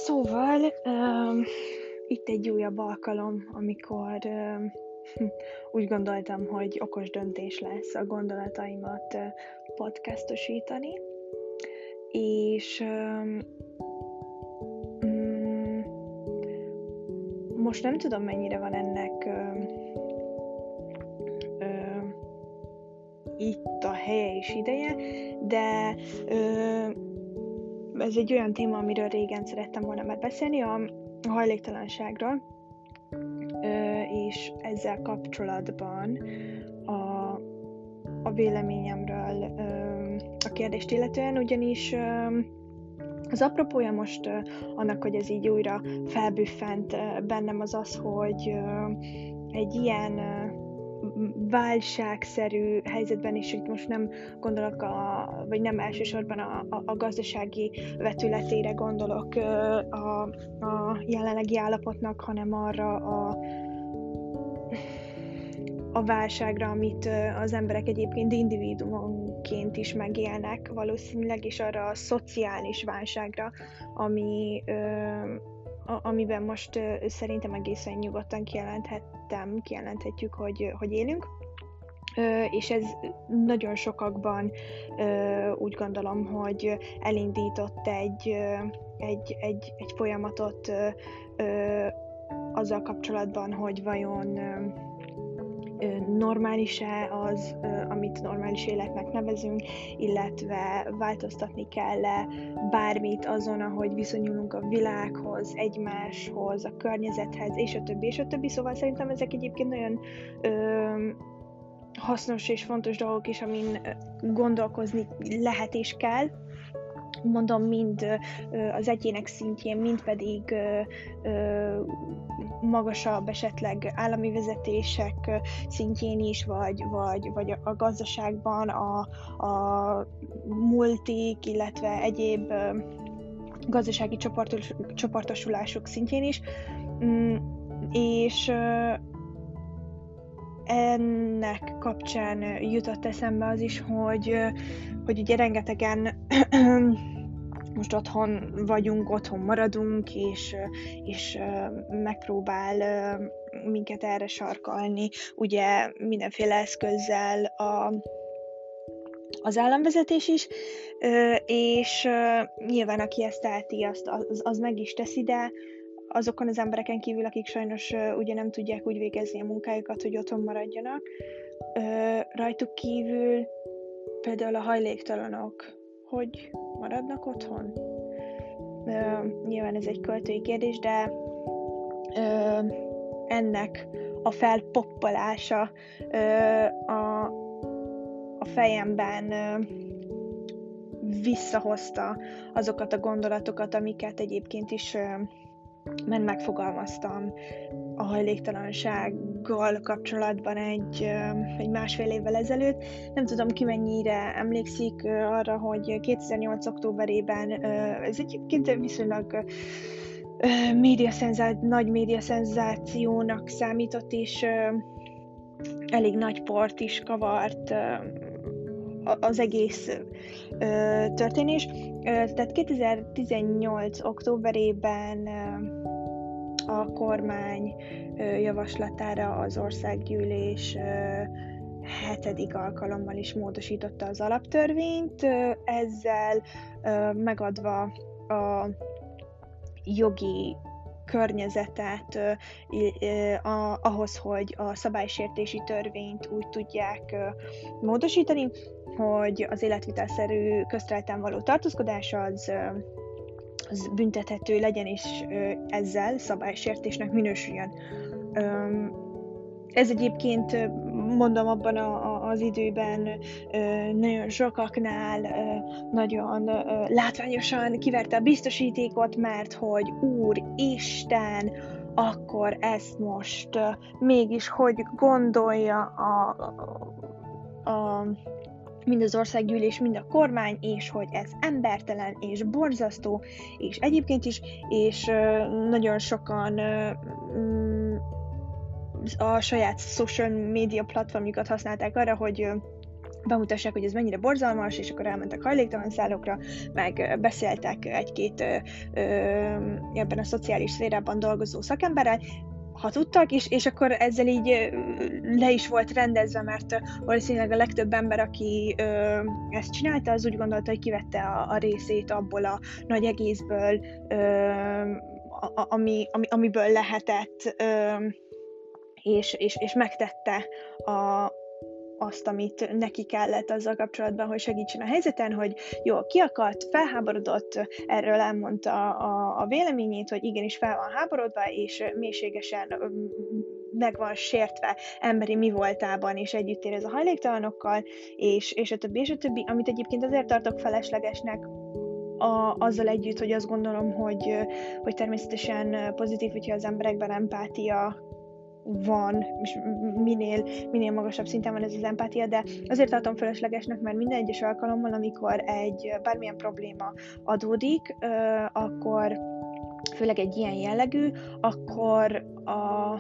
Szóval, itt egy újabb alkalom, amikor úgy gondoltam, hogy okos döntés lesz a gondolataimat podcastosítani, és mm, most nem tudom, mennyire van ennek itt a helye és ideje, de ez egy olyan téma, amiről régen szerettem volna már beszélni, a hajléktalanságról, és ezzel kapcsolatban a véleményemről a kérdést illetően, ugyanis az apropója most annak, hogy ez így újra felbüffent bennem az, hogy egy ilyen válságszerű helyzetben, és itt most nem gondolok, vagy nem elsősorban a gazdasági vetületére gondolok a jelenlegi állapotnak, hanem arra a válságra, amit az emberek egyébként individuumként is megélnek valószínűleg, és arra a szociális válságra, amiben most szerintem egészen nyugodtan kijelenthetjük, hogy élünk. És ez nagyon sokakban úgy gondolom, hogy elindított egy folyamatot azzal kapcsolatban, hogy vajon normális-e az, amit normális életnek nevezünk, illetve változtatni kell-e bármit azon, ahogy viszonyulunk a világhoz, egymáshoz, a környezethez, és a többi, és a többi. Szóval szerintem ezek egyébként nagyon hasznos és fontos dolgok is, amin gondolkozni lehet és kell. Mondom, mind az egyének szintjén, mind pedig magasabb esetleg állami vezetések szintjén is, vagy a gazdaságban, a multik, illetve egyéb gazdasági csoportosulások szintjén is. És ennek kapcsán jutott eszembe az is, hogy ugye rengetegen most otthon vagyunk, otthon maradunk, és megpróbál minket erre sarkalni, ugye mindenféle eszközzel az államvezetés is, és nyilván aki ezt teheti, az meg is teszi, de azokon az embereken kívül, akik sajnos ugye nem tudják úgy végezni a munkájukat, hogy otthon maradjanak, rajtuk kívül például a hajléktalanok, hogy maradnak otthon? Nyilván ez egy költői kérdés, de ennek a felpoppalása a fejemben visszahozta azokat a gondolatokat, amiket egyébként is megfogalmaztam a hajléktalansággal kapcsolatban egy másfél évvel ezelőtt. Nem tudom, ki mennyire emlékszik arra, hogy 2008. októberében ez egyébként viszonylag nagy médiaszenzációnak számított, és elég nagy port is kavart az egész történés. Tehát 2018. októberében a kormány javaslatára az országgyűlés 7. alkalommal is módosította az alaptörvényt, ezzel megadva a jogi környezetet ahhoz, hogy a szabálysértési törvényt úgy tudják módosítani, hogy az életvitelszerű közterületen való tartózkodás az büntethető legyen, és ezzel szabálysértésnek minősüljön. Ez egyébként, mondom, abban az időben nagyon sokaknál nagyon látványosan kiverte a biztosítékot, mert hogy Úristen, akkor ezt most mégis hogy gondolja mind az országgyűlés, mind a kormány, és hogy ez embertelen és borzasztó, és egyébként is, és nagyon sokan a saját social media platformjukat használták arra, hogy bemutassák, hogy ez mennyire borzalmas, és akkor elmentek hajléktalan szállókra, meg beszéltek egy-két ebben a szociális szférában dolgozó szakemberrel, ha tudtak, és akkor ezzel így le is volt rendezve, mert valószínűleg a legtöbb ember, aki ezt csinálta, az úgy gondolta, hogy kivette a részét abból a nagy egészből, amiből lehetett, és megtette azt, amit neki kellett azzal kapcsolatban, hogy segítsen a helyzeten, hogy jól kiakadt, felháborodott, erről elmondta a véleményét, hogy igenis fel van háborodva, és mélységesen meg van sértve emberi mi voltában, és együtt érez a hajléktalanokkal, és a többi, és a többi, amit egyébként azért tartok feleslegesnek, azzal együtt, hogy azt gondolom, hogy természetesen pozitív, hogyha az emberekben empátia van, és minél magasabb szinten van ez az empátia, de azért tartom fölöslegesnek, mert minden egyes alkalommal, amikor bármilyen probléma adódik, akkor főleg egy ilyen jellegű, akkor a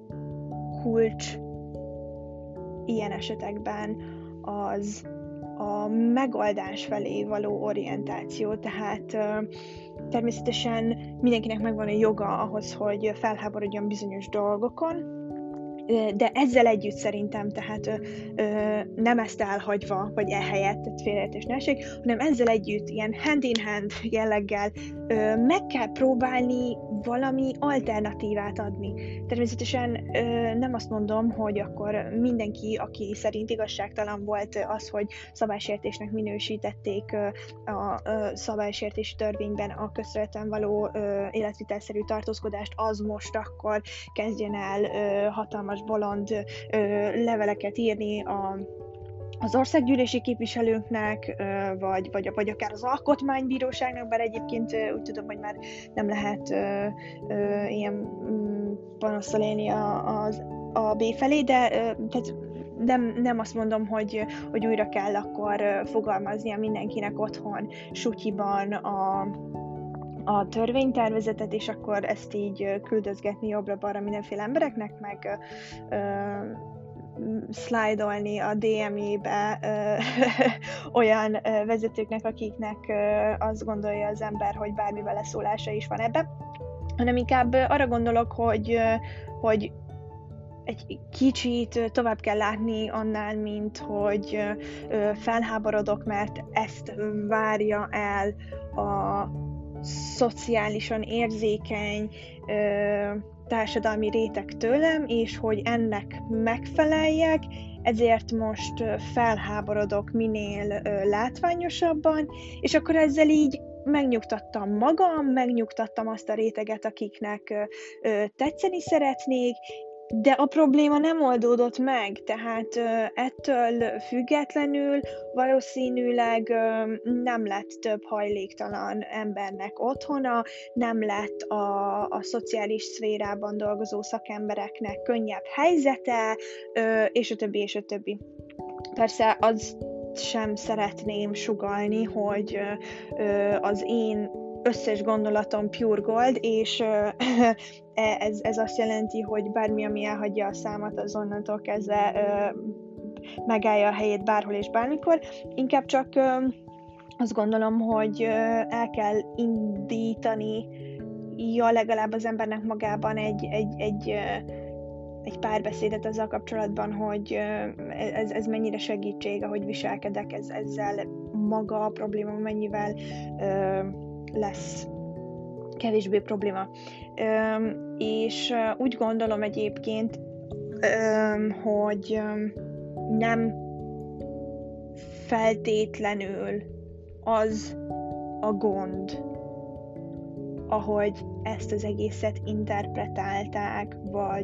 kulcs ilyen esetekben az a megoldás felé való orientáció, tehát természetesen mindenkinek megvan a joga ahhoz, hogy felháborodjon bizonyos dolgokon, de ezzel együtt szerintem, tehát nem ezt elhagyva, vagy ehelyett, tehát félreértés ne essék, hanem ezzel együtt, ilyen hand in hand jelleggel meg kell próbálni valami alternatívát adni. Természetesen nem azt mondom, hogy akkor mindenki, aki szerint igazságtalan volt az, hogy szabálysértésnek minősítették a szabálysértési törvényben a közterületen való életvitelszerű tartózkodást, az most akkor kezdjen el hatalmas bolond leveleket írni az országgyűlési képviselőknek, vagy akár az alkotmánybíróságnak, bár egyébként úgy tudom, hogy már nem lehet ilyen panaszsal élni a B felé, de tehát nem azt mondom, hogy újra kell akkor fogalmaznia mindenkinek otthon sutyiban a törvénytervezetet, és akkor ezt így küldözgetni jobbra-balra mindenféle embereknek, meg szlájdolni a DM-ébe olyan vezetőknek, akiknek azt gondolja az ember, hogy bármi beleszólása is van ebbe, hanem inkább arra gondolok, hogy egy kicsit tovább kell látni annál, mint hogy felháborodok, mert ezt várja el a szociálisan érzékeny társadalmi réteg tőlem, és hogy ennek megfeleljek, ezért most felháborodok minél látványosabban, és akkor ezzel így megnyugtattam magam, megnyugtattam azt a réteget, akiknek tetszeni szeretnék, de a probléma nem oldódott meg, tehát ettől függetlenül valószínűleg nem lett több hajléktalan embernek otthona, nem lett a szociális szférában dolgozó szakembereknek könnyebb helyzete, és a többi, és a többi. Persze az sem szeretném sugallni, hogy az én összes gondolatom pure gold, és ez azt jelenti, hogy bármi, ami elhagyja a számat, az onnantól kezdve megállja a helyét bárhol és bármikor. Inkább csak azt gondolom, hogy el kell indítani legalább az embernek magában egy párbeszédet azzal kapcsolatban, hogy ez mennyire segítség, ahogy viselkedek, ezzel maga a probléma mennyivel lesz kevésbé probléma. És úgy gondolom egyébként, hogy nem feltétlenül az a gond, ahogy ezt az egészet interpretálták,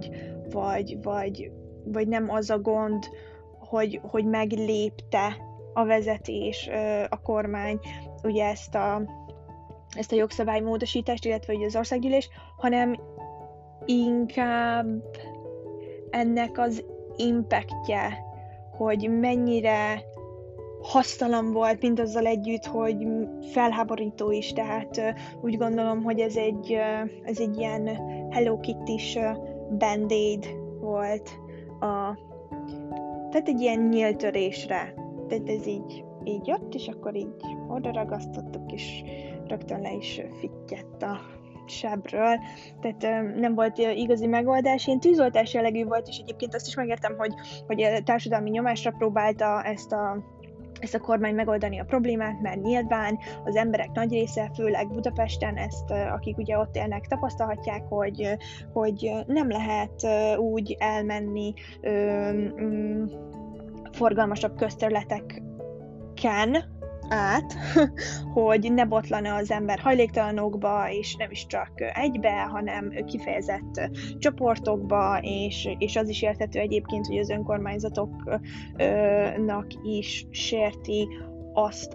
vagy nem az a gond, hogy meglépte a vezetés, a kormány ugye ezt a jogszabálymódosítást, illetve ugye az országgyűlés, hanem inkább ennek az impactje, hogy mennyire hasztalan volt, mindazzal együtt, hogy felháborító is, tehát úgy gondolom, hogy ez egy ilyen Hello Kitty-s band-aid volt, tehát egy ilyen nyíltörésre Tehát ez így jött, és akkor így oda ragasztottuk, és rögtön le is fittyett a sebről. Tehát nem volt igazi megoldás, ilyen tűzoltás jellegű volt, és egyébként azt is megértem, hogy a társadalmi nyomásra próbálta ezt a kormány megoldani a problémát, mert nyilván az emberek nagy része, főleg Budapesten ezt, akik ugye ott élnek, tapasztalhatják, hogy nem lehet úgy elmenni forgalmasabb közterületeken át, hogy ne botlana az ember hajléktalanokba, és nem is csak egybe, hanem kifejezett csoportokba, és az is érthető egyébként, hogy az önkormányzatoknak is sérti azt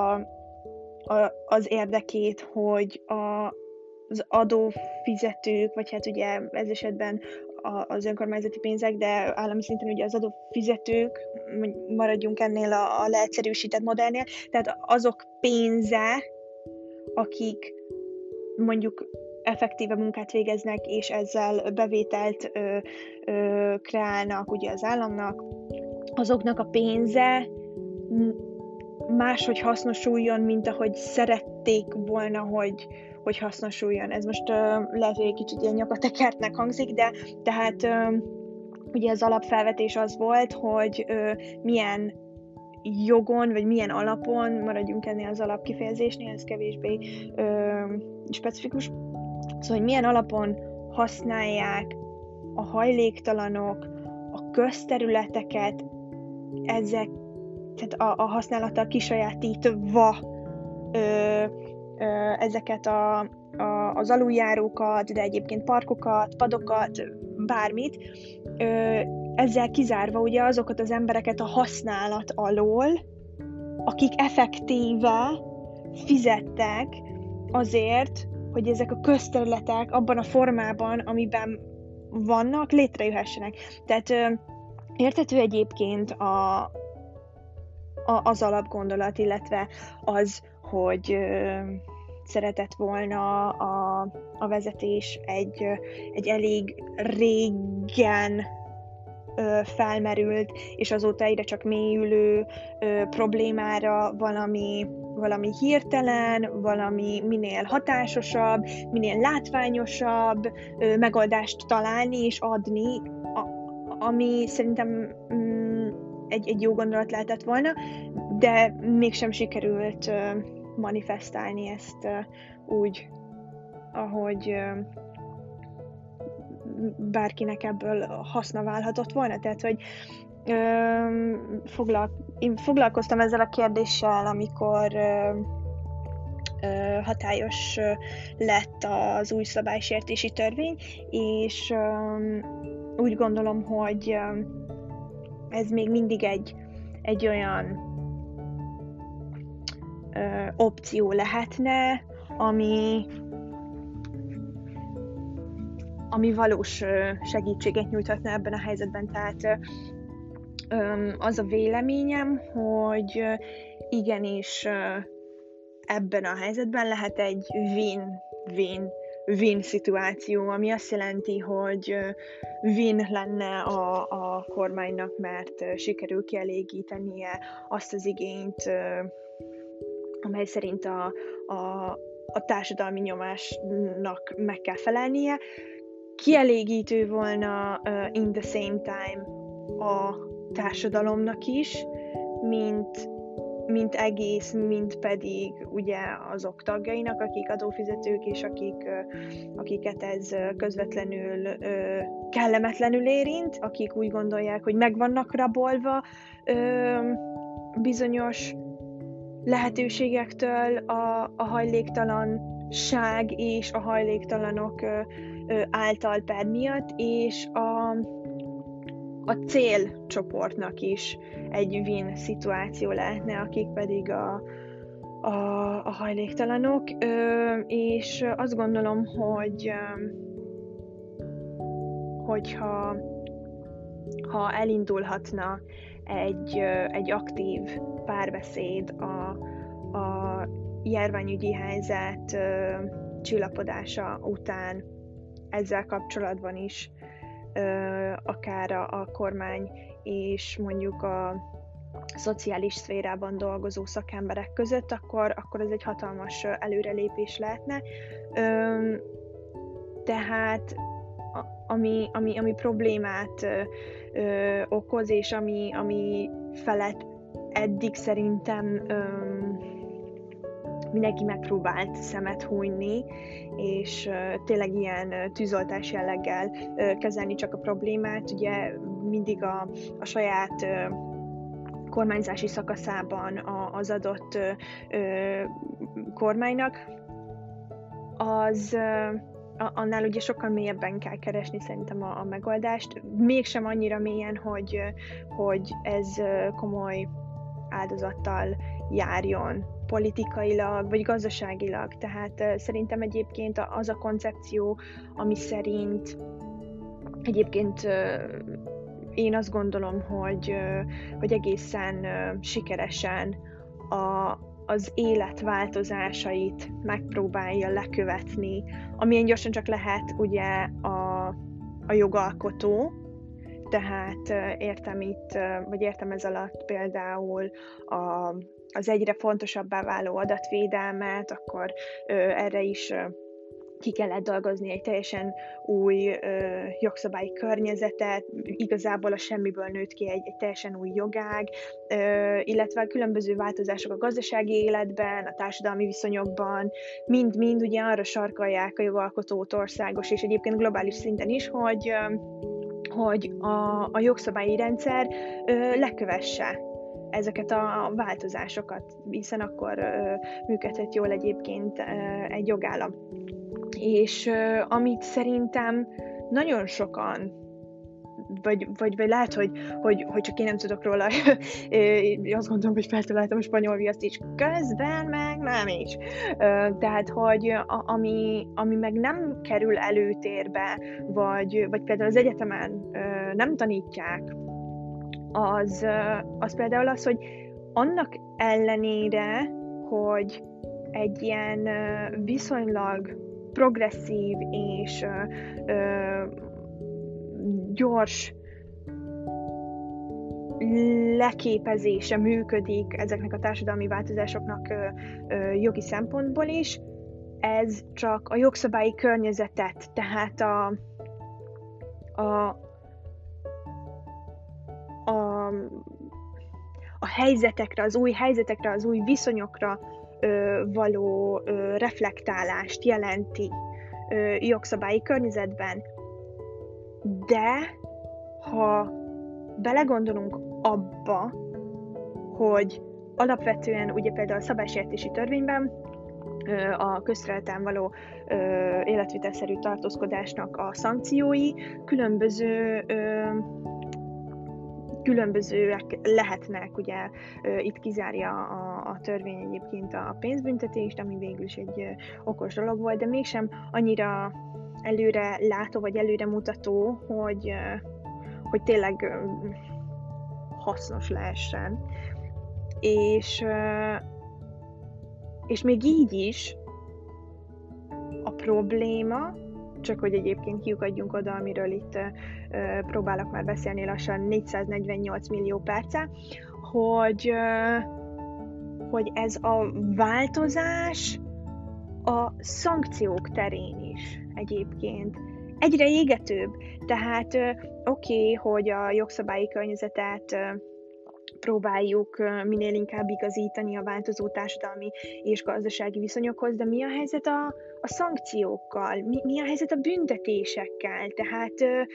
az érdekét, hogy az adófizetők, vagy hát ugye ez esetben az önkormányzati pénzek, de állami szinten ugye az adófizetők, maradjunk ennél a leegyszerűsített modellnél, tehát azok pénze, akik mondjuk effektíve munkát végeznek, és ezzel bevételt kreálnak ugye az államnak, azoknak a pénze máshogy hasznosuljon, mint ahogy szerették volna, hogy hasznosuljon. Ez most lehet, hogy egy kicsit ilyen nyakatekertnek hangzik, de tehát ugye az alapfelvetés az volt, hogy milyen jogon, vagy milyen alapon, maradjunk ennél az alapkifejezésnél, ez kevésbé specifikus, szóval, hogy milyen alapon használják a hajléktalanok a közterületeket, ezek, tehát a használattal kisajátítva ezeket az aluljárókat, de egyébként parkokat, padokat, bármit, ezzel kizárva ugye azokat az embereket a használat alól, akik effektíve fizettek azért, hogy ezek a közterületek abban a formában, amiben vannak, létrejöhessenek. Tehát érthető egyébként az alapgondolat, illetve az, hogy szeretett volna a vezetés egy elég régen felmerült, és azóta egyre csak mélyülő problémára valami hirtelen, valami minél hatásosabb, minél látványosabb megoldást találni és adni, ami szerintem egy jó gondolat lehetett volna, de mégsem sikerült manifestálni ezt úgy, ahogy bárkinek ebből haszna válhatott volna. Tehát, hogy én foglalkoztam ezzel a kérdéssel, amikor hatályos lett az új szabálysértési törvény, és úgy gondolom, hogy ez még mindig egy olyan opció lehetne, ami valós segítséget nyújthatna ebben a helyzetben. Tehát az a véleményem, hogy igenis ebben a helyzetben lehet egy win-win szituáció, ami azt jelenti, hogy win lenne a kormánynak, mert sikerül kielégítenie azt az igényt, amely szerint a társadalmi nyomásnak meg kell felelnie. Kielégítő volna in the same time a társadalomnak is, mint egész, mint pedig ugye azok tagjainak, akik adófizetők, és akiket ez közvetlenül kellemetlenül érint, akik úgy gondolják, hogy meg vannak rabolva bizonyos lehetőségektől a hajléktalanság és a hajléktalanok által per miatt, és a célcsoportnak is egy win szituáció lehetne, akik pedig a hajléktalanok, és azt gondolom, hogyha elindulhatna egy aktív párbeszéd a járványügyi helyzet csillapodása után ezzel kapcsolatban is, akár a kormány és mondjuk szociális szférában dolgozó szakemberek között, akkor ez egy hatalmas előrelépés lehetne. Tehát ami problémát okoz, és ami felett eddig szerintem mindenki megpróbált szemet hunyni, és tényleg ilyen tűzoltás jelleggel kezelni csak a problémát. Ugye mindig a saját kormányzási szakaszában az adott kormánynak, annál ugye sokkal mélyebben kell keresni szerintem a megoldást. Mégsem annyira mélyen, hogy ez komoly áldozattal járjon politikailag vagy gazdaságilag. Tehát szerintem egyébként az a koncepció, ami szerint egyébként én azt gondolom, hogy egészen sikeresen az élet változásait megpróbálja lekövetni, amilyen gyorsan csak lehet ugye a jogalkotó. Tehát értem ez alatt például az egyre fontosabbá váló adatvédelmet, akkor erre is ki kellett dolgozni egy teljesen új jogszabályi környezetet, igazából a semmiből nőtt ki egy teljesen új jogág, illetve a különböző változások a gazdasági életben, a társadalmi viszonyokban, mind ugye arra sarkalják a jogalkotót országos és egyébként globális szinten is, hogy a jogszabályi rendszer lekövesse ezeket a változásokat, hiszen akkor működhet jól egyébként egy jogállam. És amit szerintem nagyon sokan, vagy lehet, hogy csak én nem tudok róla, azt gondolom, hogy feltaláltam a spanyol viaszt is, közben meg nem is. Tehát, hogy ami meg nem kerül előtérbe, vagy például az egyetemen nem tanítják, az például az, hogy annak ellenére, hogy egy ilyen viszonylag progresszív és gyors leképezése működik ezeknek a társadalmi változásoknak jogi szempontból is, ez csak a jogszabályi környezetet, tehát a helyzetekre, az új viszonyokra való reflektálást jelenti jogszabályi környezetben. De ha belegondolunk abba, hogy alapvetően ugye például a szabálysértési törvényben a közterületen való életvitelszerű tartózkodásnak a szankciói különbözőek lehetnek, ugye itt kizárja a törvény egyébként a pénzbüntetést, ami végül is egy okos dolog volt, de mégsem annyira előre látó vagy előre mutató, hogy tényleg hasznos lehessen. És még így is a probléma, csak hogy egyébként kiukadjunk oda, amiről itt próbálok már beszélni lassan 448 millió perce, hogy ez a változás a szankciók terén is egyébként egyre égetőbb. Tehát oké, hogy a jogszabályi környezetet próbáljuk minél inkább igazítani a változó társadalmi és gazdasági viszonyokhoz, de mi a helyzet a szankciókkal? Mi a helyzet a büntetésekkel? Tehát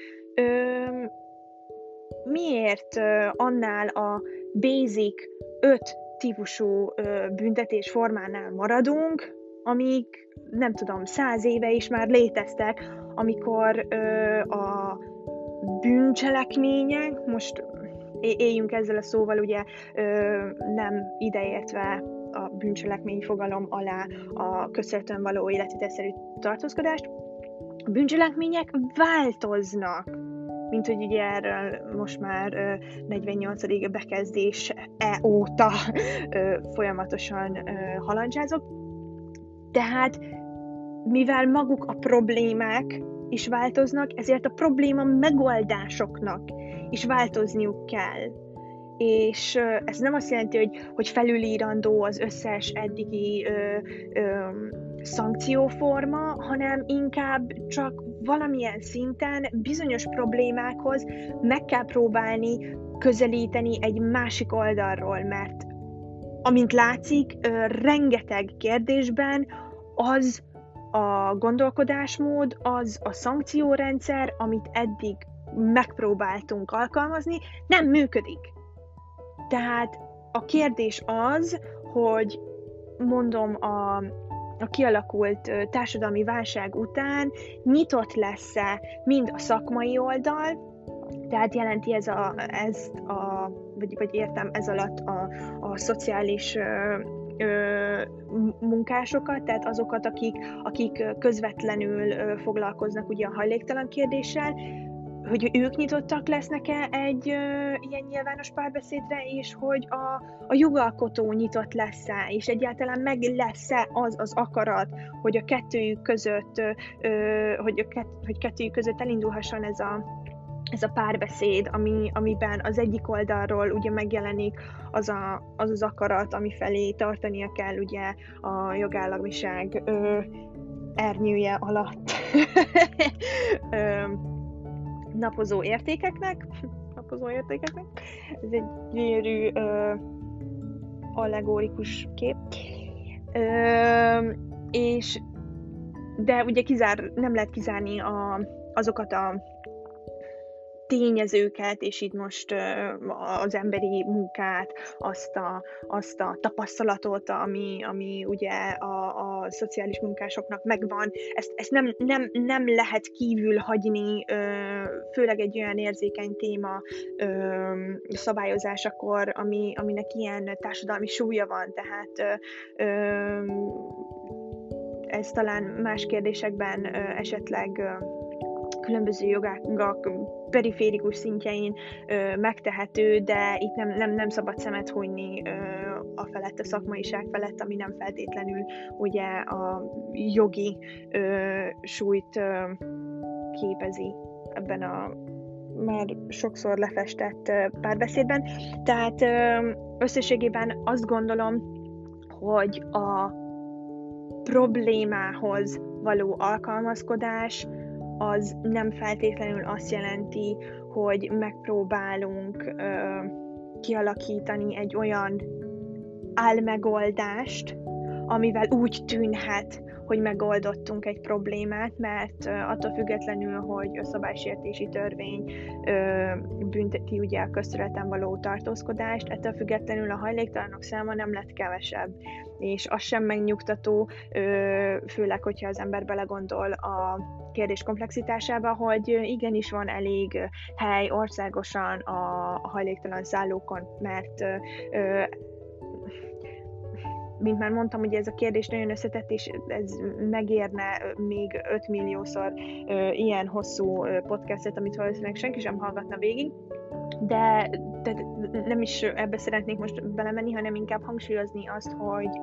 miért annál a basic 5 típusú büntetésformánál maradunk, amik nem tudom, 100 éve is már léteztek, amikor a bűncselekmények, most éljünk ezzel a szóval, ugye nem ideértve a bűncselekmény fogalom alá a közvetlenül való életvitelszerű tartózkodást, a bűncselekmények változnak, mint hogy ugye erről most már 48. bekezdés óta folyamatosan halandzsázok. Tehát mivel maguk a problémák is változnak, ezért a probléma megoldásoknak is változniuk kell. és ez nem azt jelenti, hogy felülírandó az összes eddigi szankcióforma, hanem inkább csak valamilyen szinten bizonyos problémákhoz meg kell próbálni közelíteni egy másik oldalról, mert amint látszik, rengeteg kérdésben az a gondolkodásmód, az a szankciórendszer, amit eddig megpróbáltunk alkalmazni, nem működik. Tehát a kérdés az, hogy mondom, a kialakult társadalmi válság után nyitott lesz-e mind a szakmai oldal, tehát jelenti vagy értem ez alatt a szociális munkásokat, tehát azokat, akik közvetlenül foglalkoznak ugye a hajléktalan kérdéssel, hogy ők nyitottak lesznek-e egy ilyen nyilvános párbeszédre, és hogy a jogalkotó nyitott lesz-e, és egyáltalán meg lesz-e az akarat, hogy a kettőjük között, hogy kettőjük között elindulhasson ez a párbeszéd, amiben az egyik oldalról ugye megjelenik az akarat, ami felé tartania kell ugye a jogállamiság ernyője alatt napozó értékeknek. Ez egy gyönyörű allegorikus kép. De ugye nem lehet kizárni azokat a tényezőket, és itt most az emberi munkát, azt a tapasztalatot, ami ugye a szociális munkásoknak megvan, ezt nem lehet kívül hagyni, főleg egy olyan érzékeny téma szabályozásakor, aminek ilyen társadalmi súlya van, tehát ez talán más kérdésekben esetleg különböző jogágak periférikus szintjein megtehető, de itt nem szabad szemet hunyni a felett, a szakmaiság felett, ami nem feltétlenül ugye a jogi súlyt képezi ebben a már sokszor lefestett párbeszédben. Tehát összességében azt gondolom, hogy a problémához való alkalmazkodás az nem feltétlenül azt jelenti, hogy megpróbálunk kialakítani egy olyan álmegoldást, amivel úgy tűnhet, hogy megoldottunk egy problémát, mert attól függetlenül, hogy a szabálysértési törvény bünteti ugye a közterületen való tartózkodást, ettől függetlenül a hajléktalanok száma nem lett kevesebb. És az sem megnyugtató, főleg, hogyha az ember belegondol a kérdés komplexitásába, hogy igenis van elég hely országosan a hajléktalan szállókon, mert mint már mondtam, ugye ez a kérdés nagyon összetett, és ez megérne még 5 milliószor ilyen hosszú podcastet, amit valószínűleg senki sem hallgatna végig, de nem is ebbe szeretnék most belemenni, hanem inkább hangsúlyozni azt,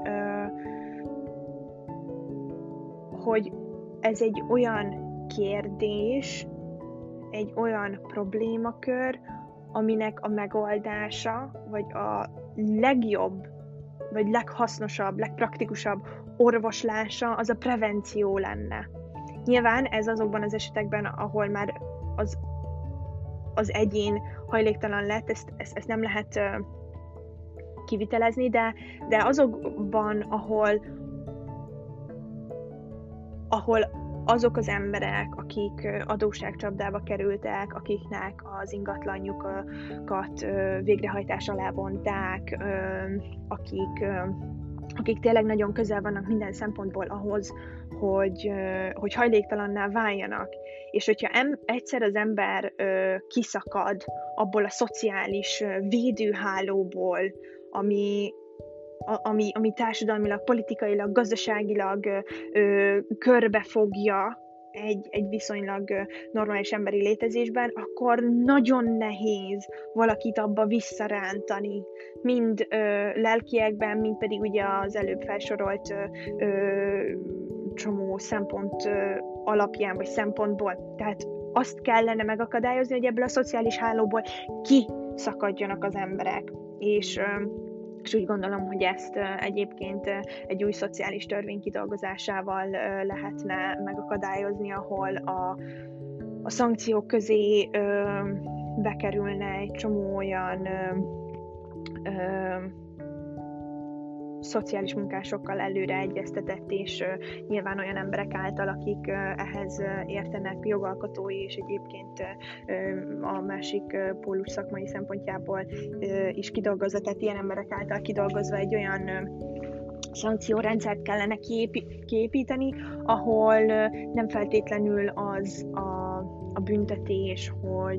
hogy ez egy olyan kérdés, egy olyan problémakör, aminek a megoldása, vagy a legjobb, vagy leghasznosabb, legpraktikusabb orvoslása az a prevenció lenne. Nyilván ez azokban az esetekben, ahol már az egyén hajléktalan lett, ezt nem lehet kivitelezni, de azokban, ahol azok az emberek, akik adósságcsapdába kerültek, akiknek az ingatlanjukat végrehajtás alá vonták, akik tényleg nagyon közel vannak minden szempontból ahhoz, hogy hajléktalanná váljanak. És hogyha egyszer az ember kiszakad abból a szociális védőhálóból, ami társadalmilag, politikailag, gazdaságilag körbefogja egy viszonylag normális emberi létezésben, akkor nagyon nehéz valakit abba visszarántani, mind lelkiekben, mind pedig ugye az előbb felsorolt csomó szempont alapján, vagy szempontból. Tehát azt kellene megakadályozni, hogy ebből a szociális hálóból szakadjanak az emberek. És úgy gondolom, hogy ezt egyébként egy új szociális törvény kidolgozásával lehetne megakadályozni, ahol a szankciók közé bekerülne egy csomó olyan szociális munkásokkal előre egyeztetett, és nyilván olyan emberek által, akik ehhez értenek, jogalkotói, és egyébként a másik pólus szakmai szempontjából is kidolgozva, tehát ilyen emberek által kidolgozva egy olyan szankciórendszert kellene kiépíteni, ahol nem feltétlenül az a büntetés,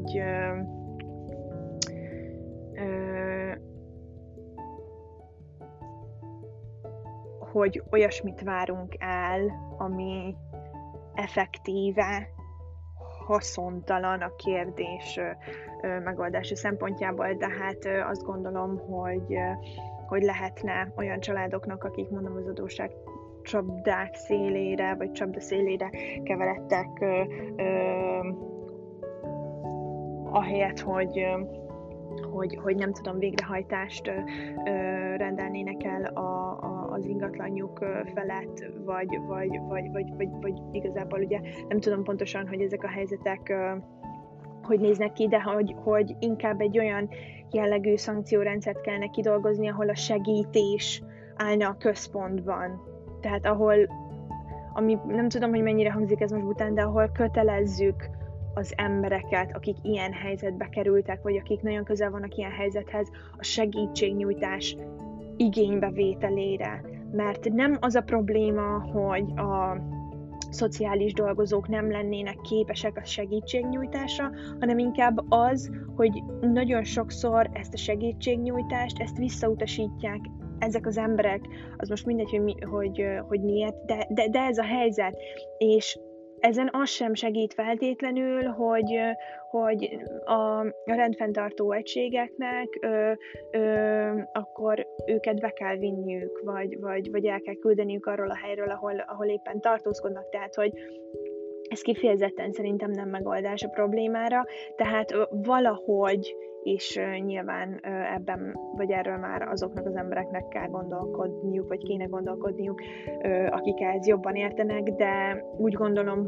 hogy olyasmit várunk el, ami effektíve haszontalan a kérdés megoldása szempontjából, tehát azt gondolom, hogy lehetne olyan családoknak, akik mondom az adósság csapdák szélére, vagy csapda szélére keveredtek, ahelyett, hogy nem tudom, végrehajtást rendelnének el az ingatlanjuk felett, vagy igazából ugye nem tudom pontosan, hogy ezek a helyzetek hogy néznek ki, de hogy inkább egy olyan jellegű szankciórendszert kellene kidolgozni, ahol a segítés állna a központban. Tehát ami nem tudom, hogy mennyire hangzik ez most után, de ahol kötelezzük az embereket, akik ilyen helyzetbe kerültek, vagy akik nagyon közel vannak ilyen helyzethez, a segítségnyújtás igénybevételére. Mert nem az a probléma, hogy a szociális dolgozók nem lennének képesek a segítségnyújtásra, hanem inkább az, hogy nagyon sokszor ezt a segítségnyújtást, ezt visszautasítják ezek az emberek, az most mindegy, hogy miért, de ez a helyzet, és ezen az sem segít feltétlenül, hogy a rendfenntartó egységeknek akkor őket be kell vinniük, vagy el kell küldeniük arról a helyről, ahol éppen tartózkodnak. Tehát, hogy ez kifejezetten szerintem nem megoldás a problémára, tehát valahogy, és nyilván ebben, vagy erről már azoknak az embereknek kell gondolkodniuk, vagy kéne gondolkodniuk, akik ehhez jobban értenek, de úgy gondolom,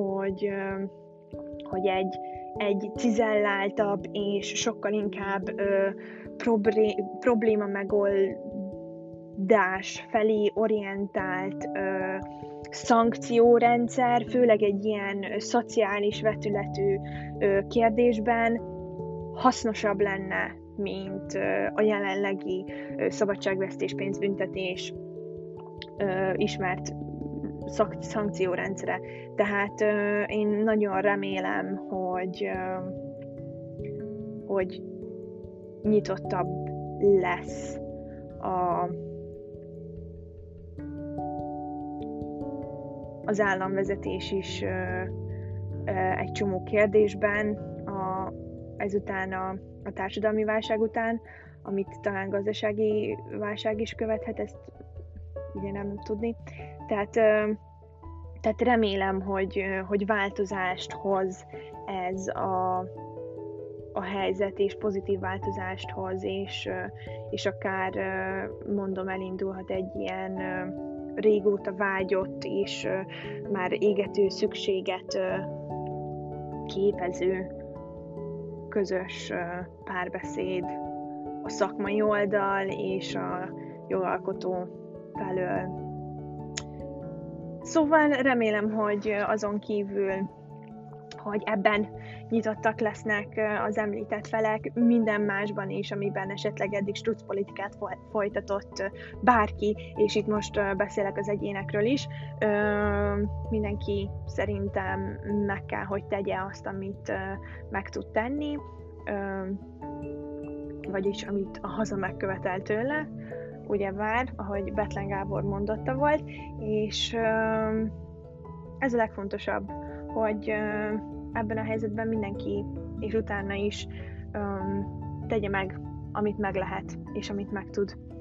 hogy egy cizelláltabb és sokkal inkább probléma megoldás felé orientált szankciórendszer, főleg egy ilyen szociális vetületű kérdésben hasznosabb lenne, mint a jelenlegi szabadságvesztés, pénzbüntetés ismert szankciórendszere. Tehát én nagyon remélem, hogy nyitottabb lesz az államvezetés is egy csomó kérdésben, ezután a társadalmi válság után, amit talán gazdasági válság is követhet, ezt ugye nem tudni. Tehát remélem, hogy változást hoz ez a helyzet, és pozitív változást hoz, és akár mondom, elindulhat egy ilyen régóta vágyott és már égető szükséget képező közös párbeszéd a szakmai oldal és a jogalkotó felől. Szóval remélem, hogy azon kívül, hogy ebben nyitottak lesznek az említett felek, minden másban is, amiben esetleg eddig struccpolitikát folytatott bárki, és itt most beszélek az egyénekről is, mindenki szerintem meg kell, hogy tegye azt, amit meg tud tenni, vagyis amit a haza megkövetel tőle, ugyebár, ahogy Bethlen Gábor mondotta volt, és ez a legfontosabb, hogy ebben a helyzetben mindenki, és utána is tegye meg, amit meg lehet, és amit meg tud.